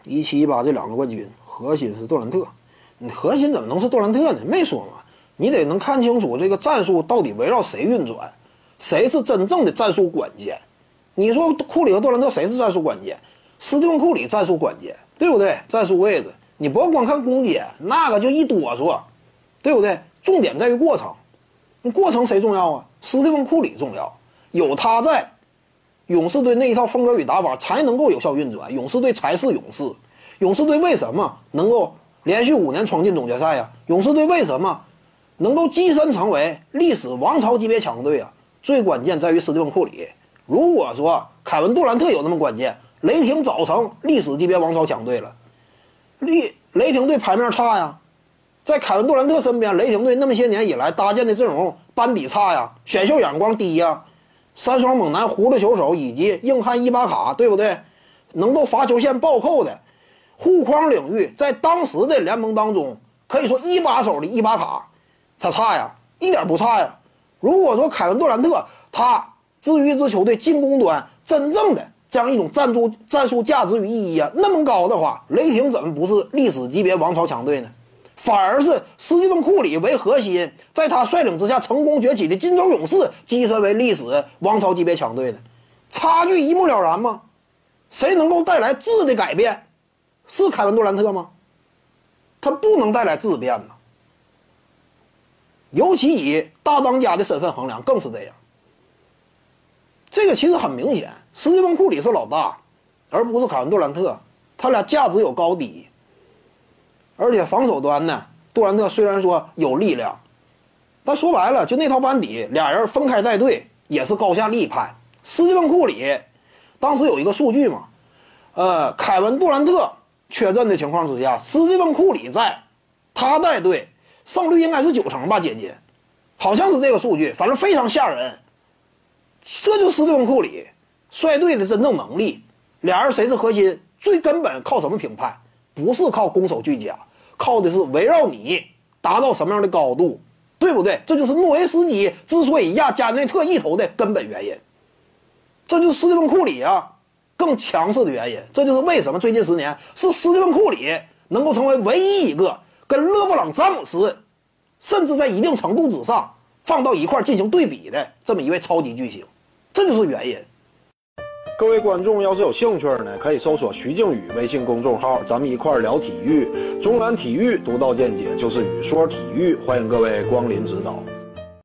17、18这2个冠军，核心是杜兰特。你核心怎么能是杜兰特呢？没说嘛，你得能看清楚这个战术到底围绕谁运转，谁是真正的战术关键。你说库里和杜兰特谁是战术关键？斯蒂芬·库里战术关键，对不对？战术位置，你不要光看攻坚，那个就一哆嗦，对不对？重点在于过程，你过程谁重要啊？斯蒂芬·库里重要，有他在，勇士队那一套风格与打法才能够有效运转。勇士队才是勇士，勇士队为什么能够连续5年闯进总决赛呀？勇士队为什么能够跻身成为历史王朝级别强队啊？最关键在于斯蒂芬·库里。如果说凯文·杜兰特有那么关键，雷霆早成历史级别王朝强队了。雷霆队牌面差呀，在凯文·杜兰特身边，雷霆队那么些年以来搭建的阵容班底差呀，选秀眼光低呀，三双猛男、葫芦球手以及硬汉伊巴卡，对不对？能够罚球线暴扣的护框领域，在当时的联盟当中，可以说一把手的伊巴卡，他差呀，一点不差呀。如果说凯文·杜兰特他至于一支球队进攻端真正的这样一种战术价值与意义啊那么高的话，雷霆怎么不是历史级别王朝强队呢？反而是斯蒂芬·库里为核心，在他率领之下成功崛起的金州勇士跻身为历史王朝级别强队呢？差距一目了然吗？谁能够带来质的改变？是凯文·杜兰特吗？他不能带来质变呢。尤其以大当家的身份衡量，更是这样。这个其实很明显，斯蒂芬·库里是老大，而不是凯文·杜兰特，他俩价值有高低。而且防守端呢，杜兰特虽然说有力量，但说白了就那套班底，俩人分开带队也是高下立判。斯蒂芬·库里当时有一个数据嘛，凯文·杜兰特缺阵的情况之下，斯蒂芬·库里在，他带队胜率应该是90%吧，接近，好像是这个数据，反正非常吓人。这就是斯蒂芬·库里率队的真正能力。俩人谁是核心，最根本靠什么评判？不是靠攻守俱佳，靠的是围绕你达到什么样的高度，对不对？这就是诺维斯基之所以压加内特一头的根本原因，这就是斯蒂芬·库里啊更强势的原因。这就是为什么最近10年是斯蒂芬·库里能够成为唯一一个跟勒布朗·詹姆斯甚至在一定程度之上放到一块进行对比的这么一位超级巨星，这就是原因。各位观众要是有兴趣呢，可以搜索徐静宇微信公众号，咱们一块聊体育，中南体育独到见解就是语说体育，欢迎各位光临指导。